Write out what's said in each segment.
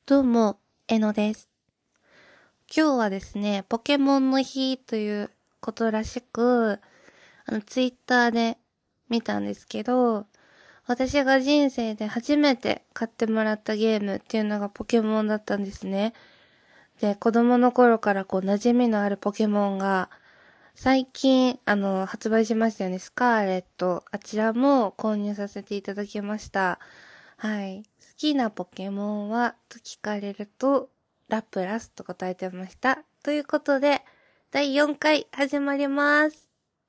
どうも、えのです。今日はですね、ポケモンの日ということらしく、ツイッターで見たんですけど、私が人生で初めて買ってもらったゲームっていうのがポケモンだったんですね。で、子供の頃から馴染みのあるポケモンが、最近、発売しましたよね。スカーレット。あちらも購入させていただきました。はい。好きなポケモンはと聞かれると、ラプラスと答えてました。ということで、第4回始まります。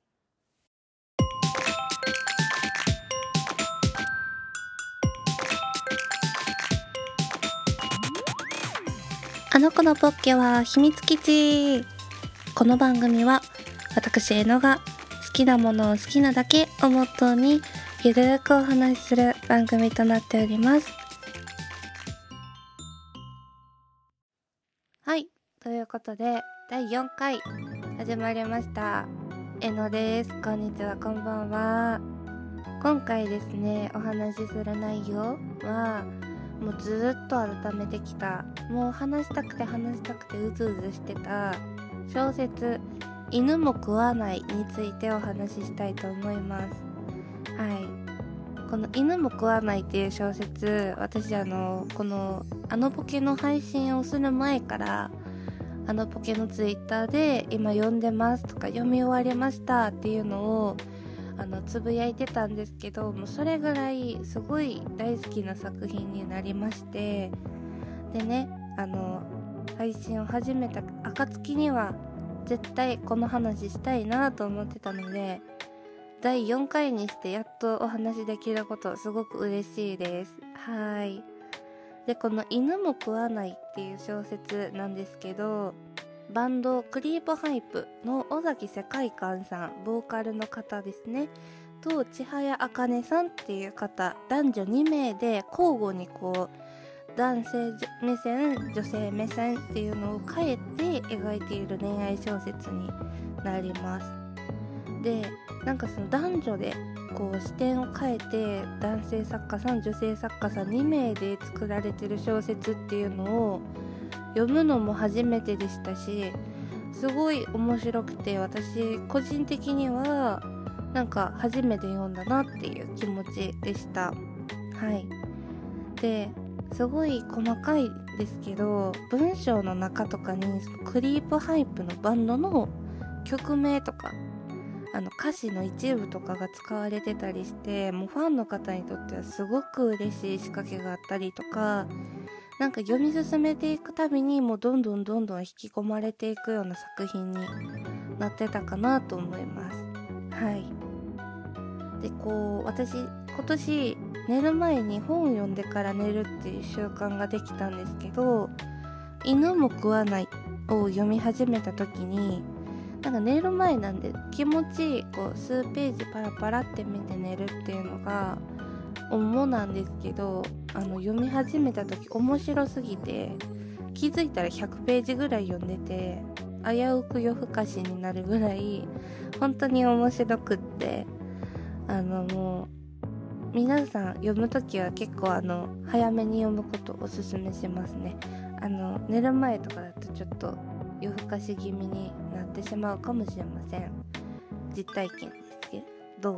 あの子のポッケは秘密基地。この番組は、私、えのが好きなものを好きなだけをモットーに、ゆるーくお話しする番組となっております。はい。ということで、第4回始まりました。えのです。こんにちは、こんばんは。今回ですね、お話しする内容は、もうずーっと改めてきた、もう話したくてうずうずしてた小説、犬も食わないについてお話ししたいと思います。はい。この犬も食わないっていう小説、私このあのポケの配信をする前から、あのポケのツイッターで今読んでますとか読み終わりましたっていうのをつぶやいてたんですけど、もうそれぐらいすごい大好きな作品になりまして、でね、配信を始めた暁には絶対この話したいなと思ってたので、第4回にしてやっとお話できることすごく嬉しいです。はい。で、この犬も食わないっていう小説なんですけど、バンドクリープハイプの尾崎世界観さん、ボーカルの方ですね、と千早茜さんっていう方、男女2名で交互に男性目線、女性目線っていうのを変えて描いている恋愛小説になります。で、なんかその男女で視点を変えて、男性作家さん、女性作家さん2名で作られてる小説っていうのを読むのも初めてでしたし、すごい面白くて、私個人的にはなんか初めて読んだなっていう気持ちでした。はい。で、すごい細かいですけど、文章の中とかにクリープハイプのバンドの曲名とか歌詞の一部とかが使われてたりして、もうファンの方にとってはすごく嬉しい仕掛けがあったりとか、なんか読み進めていくたびにもうどんどん引き込まれていくような作品になってたかなと思います。はい。で、私今年寝る前に本を読んでから寝るっていう習慣ができたんですけど、犬も食わないを読み始めた時に、なんか寝る前なんで気持ちいい数ページパラパラって見て寝るっていうのが主なんですけど、読み始めた時面白すぎて気づいたら100ページぐらい読んでて、危うく夜更かしになるぐらい本当に面白くって、もう皆さん読む時は結構早めに読むことをおすすめしますね。寝る前とかだとちょっと夜更かし気味になってしまうかもしれません。実体験ですけど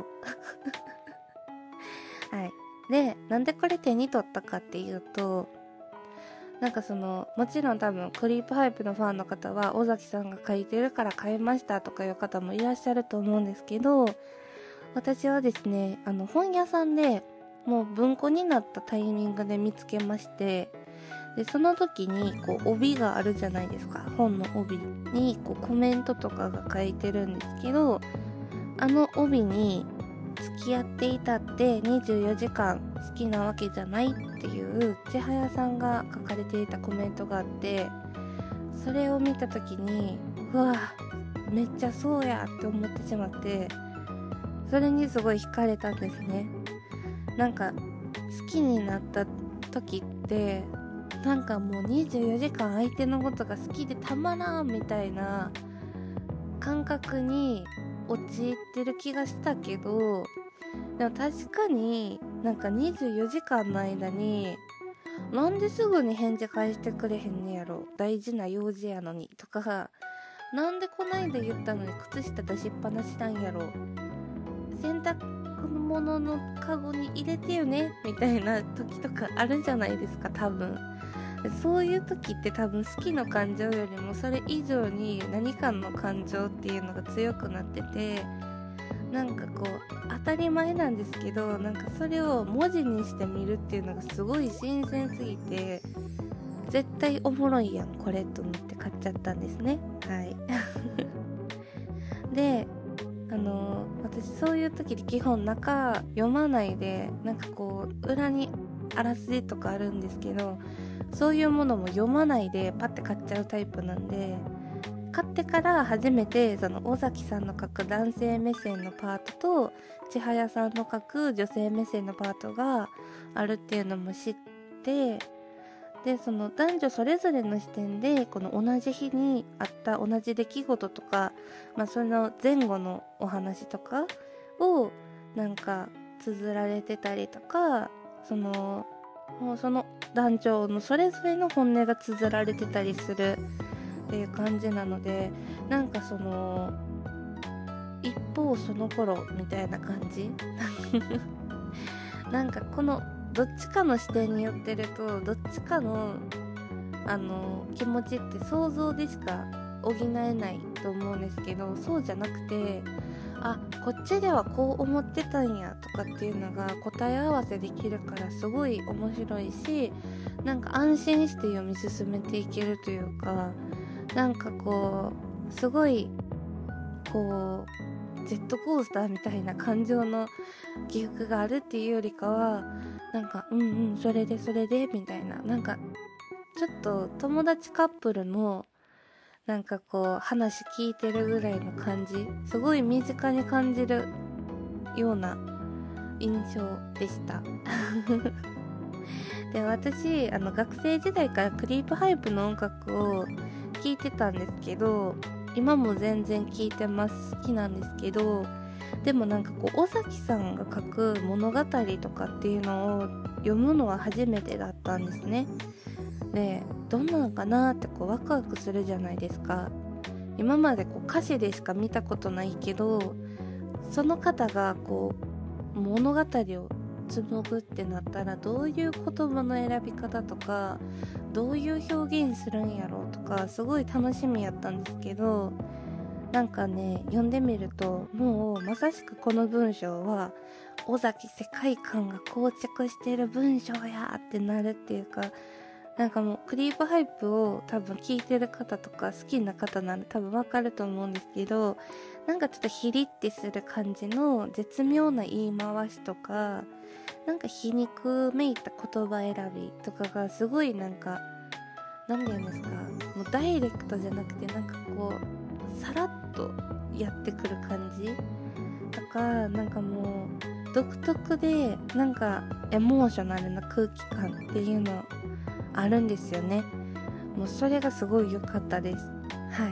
はい。で、なんでこれ手に取ったかっていうと、なんかもちろん多分クリープハイプのファンの方は尾崎さんが書いてるから買いましたとかいう方もいらっしゃると思うんですけど、私はですね、本屋さんでもう文庫になったタイミングで見つけまして、でその時に帯があるじゃないですか。本の帯にコメントとかが書いてるんですけど、あの帯に付き合っていたって24時間好きなわけじゃないっていう千早さんが書かれていたコメントがあって、それを見た時にうわめっちゃそうやって思ってしまって、それにすごい惹かれたんですね。なんか好きになった時ってなんかもう24時間相手のことが好きでたまらんみたいな感覚に陥ってる気がしたけど、でも確かになんか24時間の間になんですぐに返事返してくれへんねやろ、大事な用事やのにとか、なんでこないだ言ったのに靴下出しっぱなしなんやろ、洗濯物のカゴに入れてよねみたいな時とかあるじゃないですか、多分。そういう時って多分好きの感情よりもそれ以上に何かの感情っていうのが強くなってて、なんかこう当たり前なんですけど、なんかそれを文字にしてみるっていうのがすごい新鮮すぎて、絶対おもろいやんこれと思って買っちゃったんですね。はいで私そういう時に基本中読まないで、なんかこう裏にあらすじとかあるんですけど、そういうものも読まないでパッて買っちゃうタイプなんで、買ってから初めてその尾崎さんの書く男性目線のパートと千早さんの書く女性目線のパートがあるっていうのも知って、でその男女それぞれの視点でこの同じ日にあった同じ出来事とか、その前後のお話とかをなんか綴られてたりとか、もうその男女のそれぞれの本音が綴られてたりするっていう感じなので、なんか一方その頃みたいな感じなんかこのどっちかの視点によってると、どっちかの気持ちって想像でしか補えないと思うんですけど、そうじゃなくて、あ、こっちではこう思ってたんやとかっていうのが答え合わせできるからすごい面白いし、なんか安心して読み進めていけるというか、なんかこうすごいこうジェットコースターみたいな感情の起伏があるっていうよりかは、なんかそれでみたいな、なんかちょっと友達カップルのなんかこう話聞いてるぐらいの感じ、すごい身近に感じるような印象でしたで、私学生時代からクリープハイプの音楽を聴いてたんですけど、今も全然聴いてます。好きなんですけど、でもなんかこう尾崎さんが書く物語とかっていうのを読むのは初めてだったんですね。で、どんなのかなってこうワクワクするじゃないですか。今までこう歌詞でしか見たことないけど、その方がこう物語を紡ぐってなったらどういう言葉の選び方とか、どういう表現するんやろうとか、すごい楽しみやったんですけど、なんかね、読んでみるともうまさしくこの文章は尾崎世界観が構築している文章やってなるっていうか、なんかもうクリープハイプを多分聞いてる方とか好きな方なら多分わかると思うんですけど、なんかちょっとヒリってする感じの絶妙な言い回しとか、なんか皮肉めいた言葉選びとかがすごいなんか、なんて言うんですか、もうダイレクトじゃなくて、なんかこうさらっとやってくる感じとか、なんかもう独特でなんかエモーショナルな空気感っていうのあるんですよね。もうそれがすごい良かったです。はい。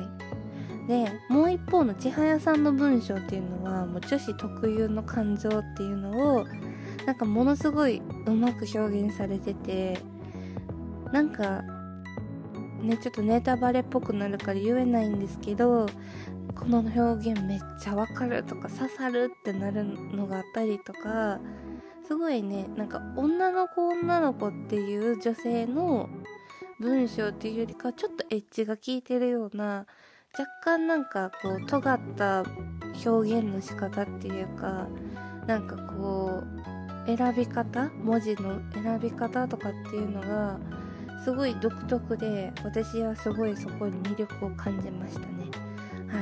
で、もう一方の千早さんの文章っていうのはもう女子特有の感情っていうのをなんかものすごいうまく表現されてて、なんかね、ちょっとネタバレっぽくなるから言えないんですけど、この表現めっちゃわかるとか刺さるってなるのがあったりとか、すごいね、なんか女の子っていう女性の文章っていうよりかちょっとエッジが効いてるような、若干なんかこう尖った表現の仕方っていうか、なんかこう選び方、文字の選び方とかっていうのがすごい独特で、私はすごいそこに魅力を感じましたね。はい、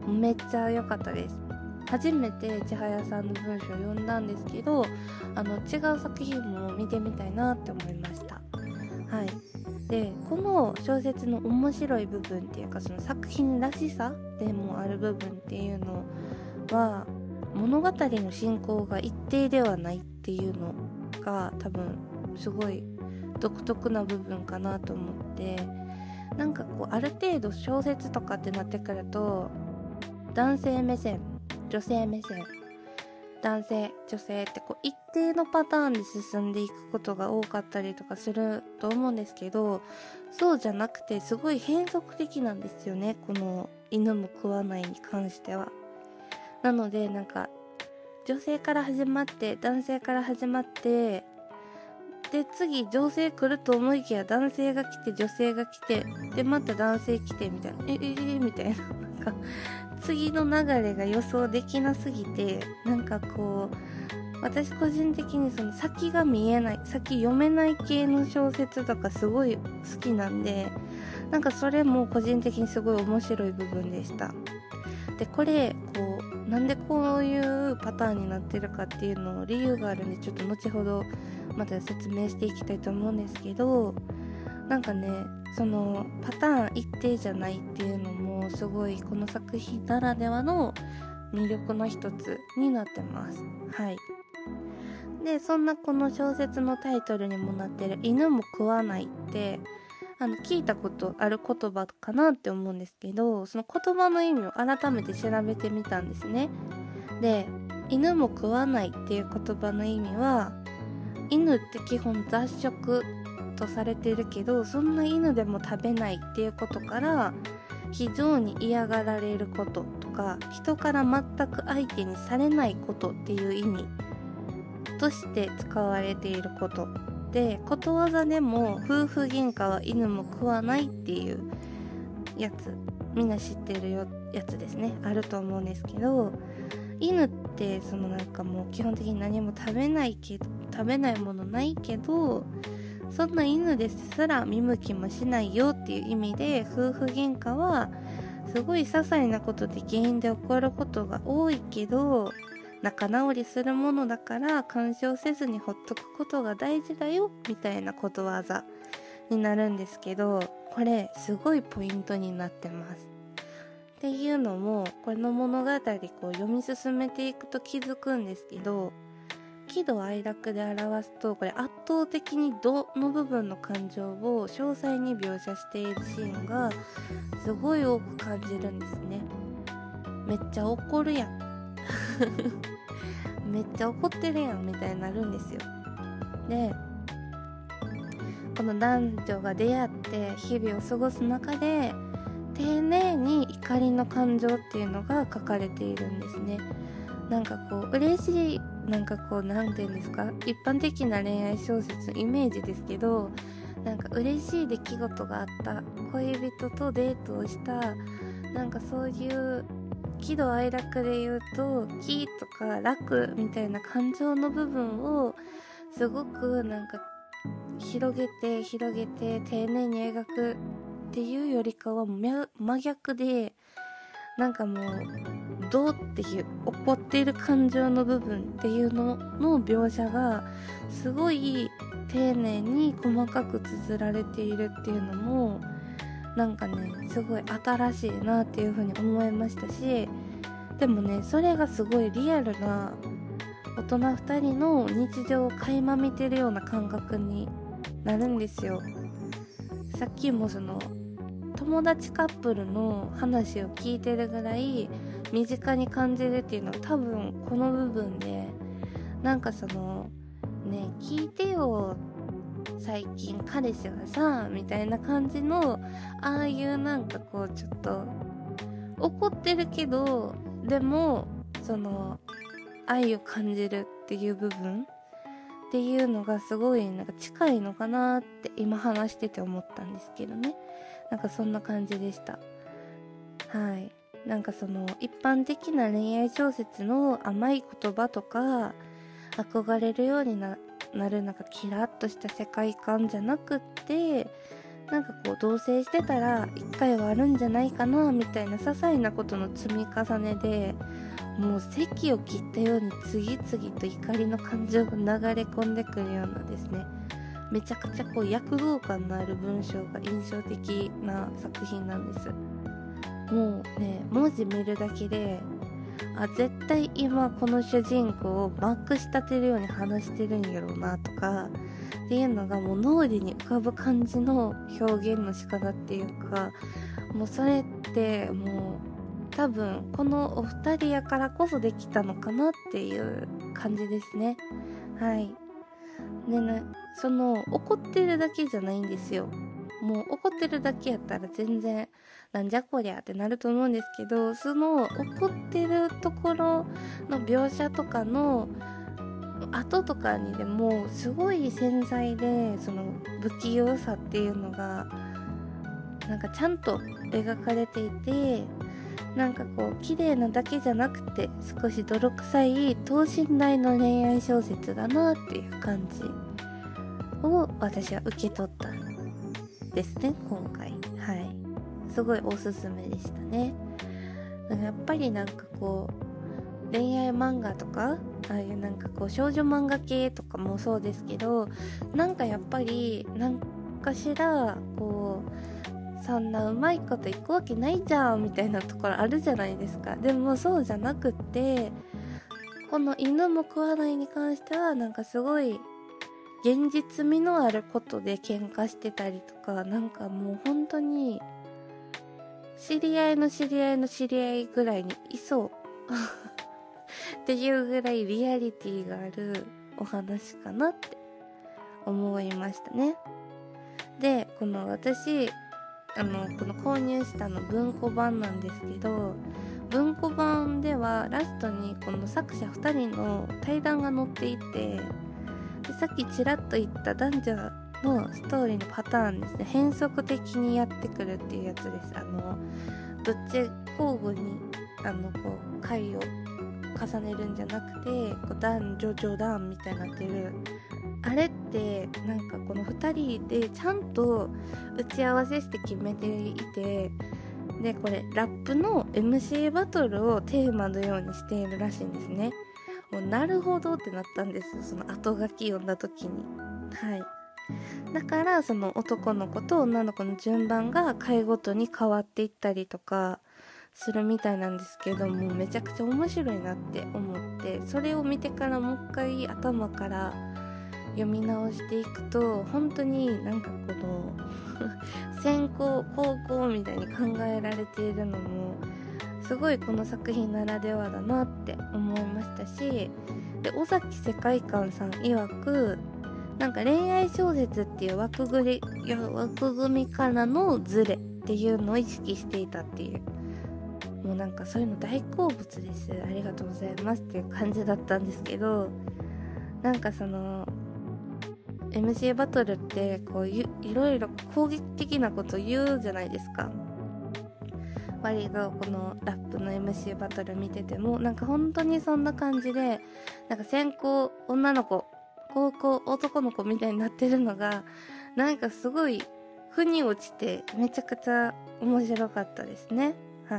めっちゃ良かったです。初めて千早さんの文章を読んだんですけど、違う作品も見てみたいなって思いました。はい。で、この小説の面白い部分っていうか、その作品らしさでもある部分っていうのは、物語の進行が一定ではないっていうのが多分すごい独特な部分かなと思って、なんかこうある程度小説とかってなってくると男性目線、女性目線っ男性女性ってこう一定のパターンで進んでいくことが多かったりとかすると思うんですけど、そうじゃなくてすごい変則的なんですよね、この犬も食わないに関しては。なのでなんか女性から始まって男性から始まって、で次女性来ると思いきや男性が来て女性が来て、でまた男性来てみたいなみたいな、なんか次の流れが予想できなすぎて、なんかこう私個人的にその先が見えない、先読めない系の小説とかすごい好きなんで、なんかそれも個人的にすごい面白い部分でした。でこれこうなんでこういうパターンになってるかっていうの理由があるんで、ちょっと後ほどまた説明していきたいと思うんですけど、なんかねそのパターン一定じゃないっていうのもすごいこの作品ならではの魅力の一つになってます。はい。でそんなこの小説のタイトルにもなってる犬も食わないって聞いたことある言葉かなって思うんですけど、その言葉の意味を改めて調べてみたんですね。で犬も食わないっていう言葉の意味は、犬って基本雑食とされているけど、そんな犬でも食べないっていうことから非常に嫌がられることとか、人から全く相手にされないことっていう意味として使われていることで、ことわざでも夫婦喧嘩は犬も食わないっていうやつ、みんな知ってるやつですね、あると思うんですけど、犬ってそのなんかもう基本的に何も食べないものないけど、そんな犬ですら見向きもしないよっていう意味で、夫婦喧嘩はすごい些細なことで原因で起こることが多いけど、仲直りするものだから干渉せずにほっとくことが大事だよみたいなことわざになるんですけど、これすごいポイントになってます。っていうのもこの物語こう読み進めていくと気づくんですけど、喜怒哀楽で表すとこれ圧倒的に怒の部分の感情を詳細に描写しているシーンがすごい多く感じるんですね。めっちゃ怒るやんめっちゃ怒ってるやんみたいになるんですよ。でこの男女が出会って日々を過ごす中で丁寧に怒りの感情っていうのが書かれているんですね。なんかこう嬉しい、なんかこうなんていうんですか、一般的な恋愛小説のイメージですけど、なんか嬉しい出来事があった、恋人とデートをした、なんかそういう喜怒哀楽で言うと喜とか楽みたいな感情の部分をすごくなんか広げて丁寧に描くっていうよりかは真逆で、なんかもうどうっていう怒っている感情の部分っていうのの描写がすごい丁寧に細かく綴られているっていうのもなんかねすごい新しいなっていう風に思いましたし、でもねそれがすごいリアルな大人2人の日常を垣間見てるような感覚になるんですよ。さっきもその友達カップルの話を聞いてるぐらい身近に感じるっていうのは多分この部分で、なんかそのね聞いてよ最近彼氏がさみたいな感じのああいうなんかこうちょっと怒ってるけどでもその愛を感じるっていう部分っていうのがすごいなんか近いのかなって今話してて思ったんですけどね。なんかそんな感じでした。はい。なんかその一般的な恋愛小説の甘い言葉とか憧れるようになるなんかキラッとした世界観じゃなくって、なんかこう同棲してたら一回はあるんじゃないかなみたいな些細なことの積み重ねで、もう堰を切ったように次々と怒りの感情が流れ込んでくるようなですね、めちゃくちゃこう躍動感のある文章が印象的な作品なんです。もうね文字見るだけで絶対今この主人公をまくし立てるように話してるんやろうなとかっていうのがもう脳裏に浮かぶ感じの表現の仕方っていうか、もうそれってもう多分このお二人やからこそできたのかなっていう感じですね。はい。でね、その怒ってるだけじゃないんですよ。もう怒ってるだけやったら全然なんじゃこりゃってなると思うんですけど、その怒ってるところの描写とかの後とかにでもすごい繊細で、その不器用さっていうのがなんかちゃんと描かれていて、なんかこう綺麗なだけじゃなくて少し泥臭い等身大の恋愛小説だなっていう感じを私は受け取ったんですね、今回。はい、すごいおすすめでしたね。だからやっぱりなんかこう恋愛漫画とかああいうなんかこう少女漫画系とかもそうですけど、なんかやっぱりなんかしらこうそんなうまいこといくわけないじゃんみたいなところあるじゃないですか。でもそうじゃなくって、この犬も食わないに関してはなんかすごい現実味のあることで喧嘩してたりとか、なんかもう本当に知り合いの知り合いの知り合いぐらいにいそうっていうぐらいリアリティがあるお話かなって思いましたね。で、この私この購入したの文庫版なんですけど、文庫版ではラストにこの作者2人の対談が載っていて、でさっきちらっと言った男女のストーリーのパターンですね、変則的にやってくるっていうやつです。ぶっちゃ交互にこう回を重ねるんじゃなくて、こう男女女男みたいになってるあれって、なんかこの2人でちゃんと打ち合わせして決めていて、でこれラップの MC バトルをテーマのようにしているらしいんですね。もうなるほどってなったんですよ、その後書き読んだ時に。はい、だからその男の子と女の子の順番が回ごとに変わっていったりとかするみたいなんですけども、めちゃくちゃ面白いなって思って、それを見てからもう一回頭から読み直していくと、本当になんかこの先行後攻みたいに考えられているのもすごいこの作品ならではだなって思いましたし、で尾崎世界観さん曰く、なんか恋愛小説っていう枠組みからのズレっていうのを意識していたっていう、もうなんかそういうの大好物です、ありがとうございますっていう感じだったんですけど、なんかその MC バトルってこういろいろ攻撃的なこと言うじゃないですか。割とこのラップの MC バトル見ててもなんか本当にそんな感じで、なんか先行女の子後攻男の子みたいになってるのがなんかすごい腑に落ちてめちゃくちゃ面白かったですね。はい。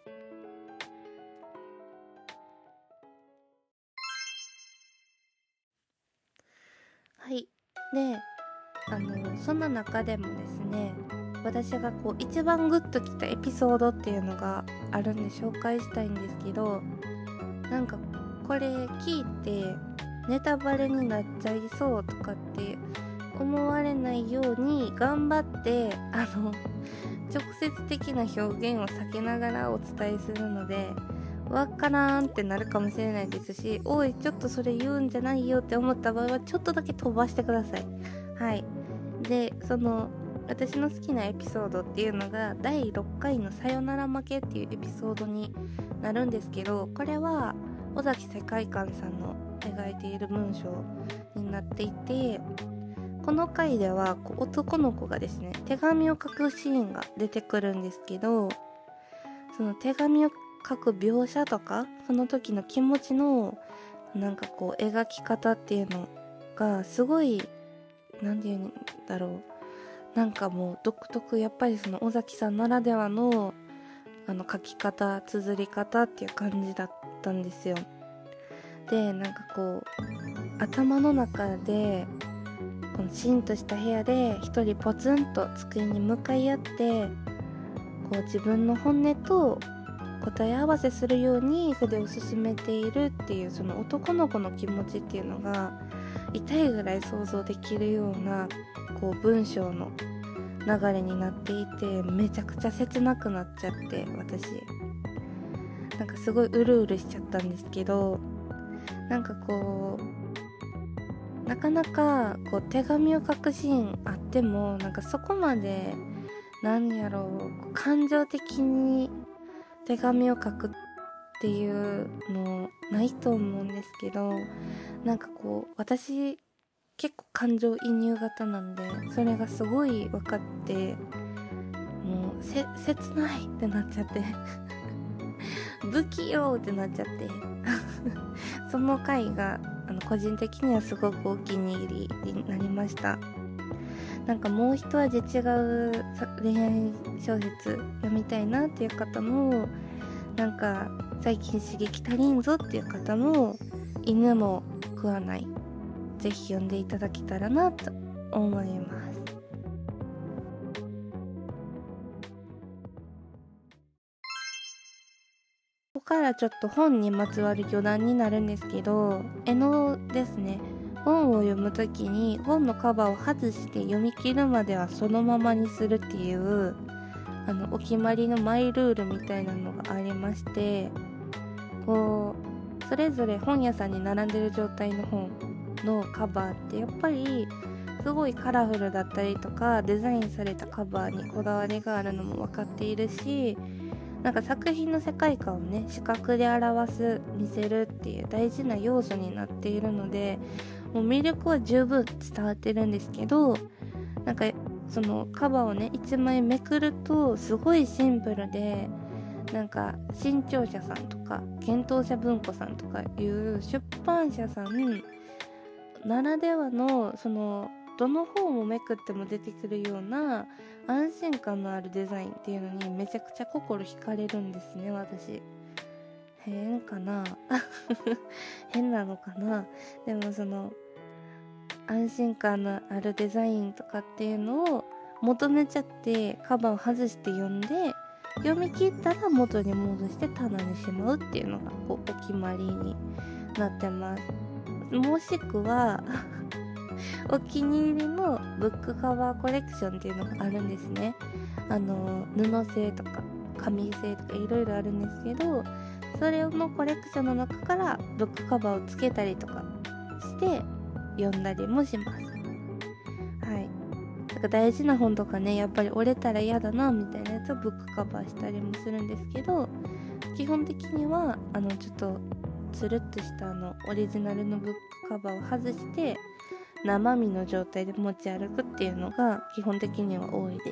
はい。で、そんな中でもですね、私がこう一番グッときたエピソードっていうのがあるんで紹介したいんですけど、なんかこれ聞いてネタバレになっちゃいそうとかって思われないように頑張って直接的な表現を避けながらお伝えするので、わからんってなるかもしれないですし、おいちょっとそれ言うんじゃないよって思った場合はちょっとだけ飛ばしてください。はい。で、その私の好きなエピソードっていうのが第6回のさよなら負けっていうエピソードになるんですけど、これは尾崎世界観さんの描いている文章になっていて、この回ではこう男の子がですね手紙を書くシーンが出てくるんですけど、その手紙を書く描写とかその時の気持ちのなんかこう描き方っていうのがすごい、なんていうんだろう、なんかもう独特、やっぱりその尾崎さんならではの書き方綴り方っていう感じだったんですよ。で、なんかこう頭の中でこのシーンとした部屋で一人ポツンと机に向かい合って、こう自分の本音と答え合わせするように筆を進めているっていう、その男の子の気持ちっていうのが痛いぐらい想像できるようなこう文章の流れになっていて、めちゃくちゃ切なくなっちゃって、私なんかすごいうるうるしちゃったんですけど、なんかこうなかなかこう手紙を書くシーンあっても、なんかそこまでなんやろう、感情的に手紙を書くっていうのないと思うんですけど、なんかこう私結構感情移入型なんで、それがすごい分かって、もう切ないってなっちゃって不器用ってなっちゃってその回が個人的にはすごくお気に入りになりました。なんかもう一味違う恋愛小説読みたいなっていう方も、なんか最近刺激足りんぞっていう方も、犬も食わない、ぜひ読んでいただけたらなと思います。ここからちょっと本にまつわる余談になるんですけど、絵のですね、本を読むときに本のカバーを外して読み切るまではそのままにするっていうお決まりのマイルールみたいなのがありまして、こうそれぞれ本屋さんに並んでる状態の本のカバーってやっぱりすごいカラフルだったりとか、デザインされたカバーにこだわりがあるのも分かっているし、なんか作品の世界観をね、視覚で表す、見せるっていう大事な要素になっているので、もう魅力は十分伝わってるんですけど、なんかそのカバーをね1枚めくるとすごいシンプルで、なんか新潮社さんとか幻冬舎文庫さんとかいう出版社さんならではの、そのどの本をめくっても出てくるような安心感のあるデザインっていうのにめちゃくちゃ心惹かれるんですね、私。変かな変なのかな。でもその安心感のあるデザインとかっていうのを求めちゃって、カバーを外して読んで、読み切ったら元に戻して棚にしまうっていうのがこうお決まりになってます。もしくはお気に入りのブックカバーコレクションっていうのがあるんですね。布製とか紙製とかいろいろあるんですけど、それのコレクションの中からブックカバーをつけたりとかして読んだりもします。はい。なんか大事な本とかね、やっぱり折れたら嫌だなみたいなやつをブックカバーしたりもするんですけど、基本的にはちょっとつるっとしたオリジナルのブックカバーを外して生身の状態で持ち歩くっていうのが基本的には多いです。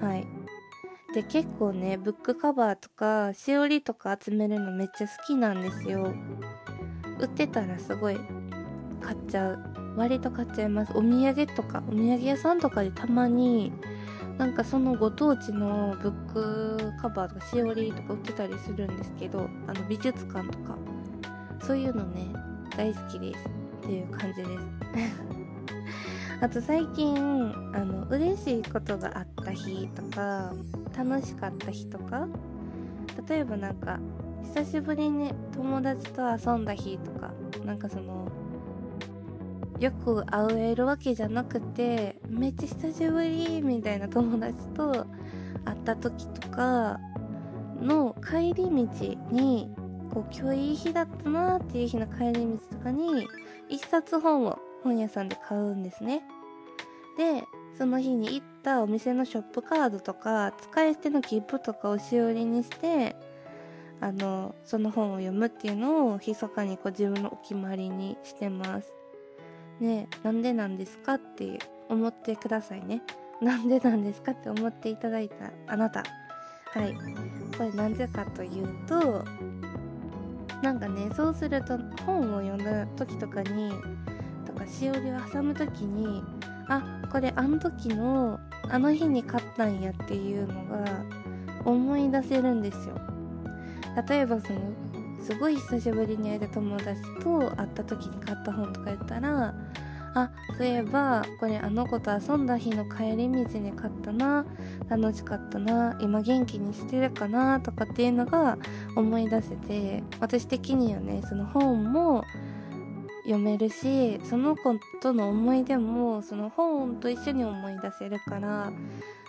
はい。で、結構ね、ブックカバーとかしおりとか集めるのめっちゃ好きなんですよ。売ってたらすごい買っちゃう。割と買っちゃいます。お土産とか、お土産屋さんとかでたまになんかそのご当地のブックカバーとかしおりとか売ってたりするんですけど、美術館とかそういうのね、大好きですっていう感じですあと最近嬉しいことがあった日とか楽しかった日とか、例えばなんか久しぶりにね友達と遊んだ日とか、なんかそのよく会えるわけじゃなくてめっちゃ久しぶりみたいな友達と会った時とかの帰り道に、こう今日いい日だったなーっていう日の帰り道とかに一冊本を本屋さんで買うんですね。で、その日に行ったお店のショップカードとか使い捨ての切符とかをしおりにしてその本を読むっていうのを密かにこう自分のお決まりにしてますね。なんでなんですかって思ってくださいね。なんでなんですかって思っていただいたあなた、はい、これなんでかというと、なんかね、そうすると本を読んだ時とかにしおりを挟む時に、あ、これあの時のあの日に買ったんやっていうのが思い出せるんですよ。例えばそのすごい久しぶりに会えた友達と会った時に買った本とか言ったら、あ、そういえばこれあの子と遊んだ日の帰り道に買ったな、楽しかったな、今元気にしてるかなとかっていうのが思い出せて、私的にはね、その本も読めるし、その子との思い出もその本と一緒に思い出せるから、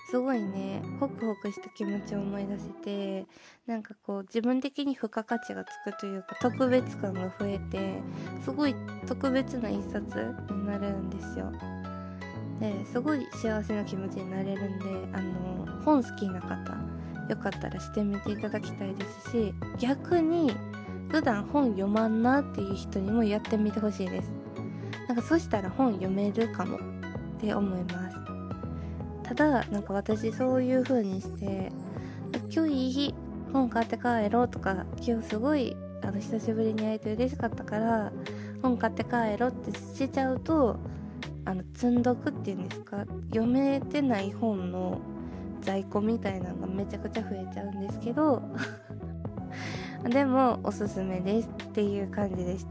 すごいねホクホクした気持ちを思い出せて、なんかこう自分的に付加価値がつくというか特別感が増えて、すごい特別な一冊になるんですよ。ですごい幸せな気持ちになれるんで、本好きな方よかったらしてみていただきたいですし、逆に普段本読まんなっていう人にもやってみてほしいです。なんかそしたら本読めるかもって思います。ただなんか私そういう風にして今日いい日本買って帰ろうとか、今日すごい久しぶりに会えて嬉しかったから本買って帰ろうってしちゃうと、積んどくっていうんですか、読めてない本の在庫みたいなのがめちゃくちゃ増えちゃうんですけどでもおすすめですっていう感じでした。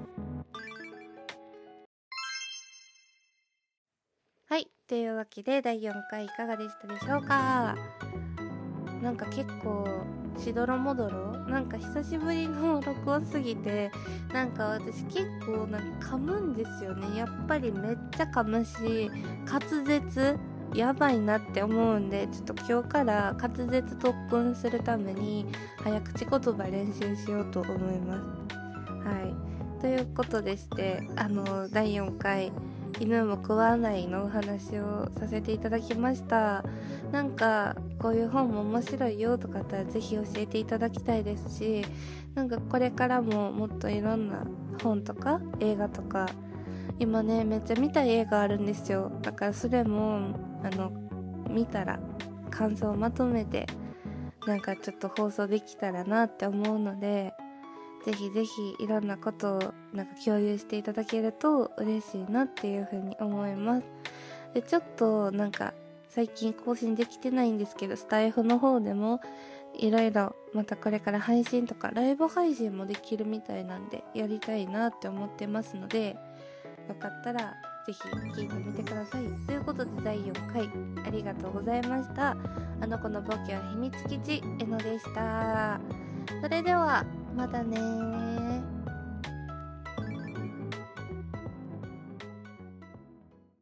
はい、というわけで第4回いかがでしたでしょうか。なんか結構しどろもどろ、なんか久しぶりの録音すぎて、なんか私結構なんか噛むんですよね。やっぱりめっちゃ噛むし滑舌やばいなって思うんで、ちょっと今日から滑舌特訓するために早口言葉練習しようと思います。はい、ということでして、第4回犬も食わないのお話をさせていただきました。なんかこういう本も面白いよとかあったらぜひ教えていただきたいですし、なんかこれからももっといろんな本とか映画とか、今ねめっちゃ見たい映画あるんですよ。だからそれも見たら感想をまとめてなんかちょっと放送できたらなって思うので、ぜひぜひいろんなことをなんか共有していただけると嬉しいなっていうふうに思います。でちょっとなんか最近更新できてないんですけど、スタイフの方でもいろいろまたこれから配信とかライブ配信もできるみたいなんでやりたいなって思ってますので、よかったらぜひ聞いてみてください。ということで第4回ありがとうございました。あの子のボケは秘密基地えのでした。それではまたねー。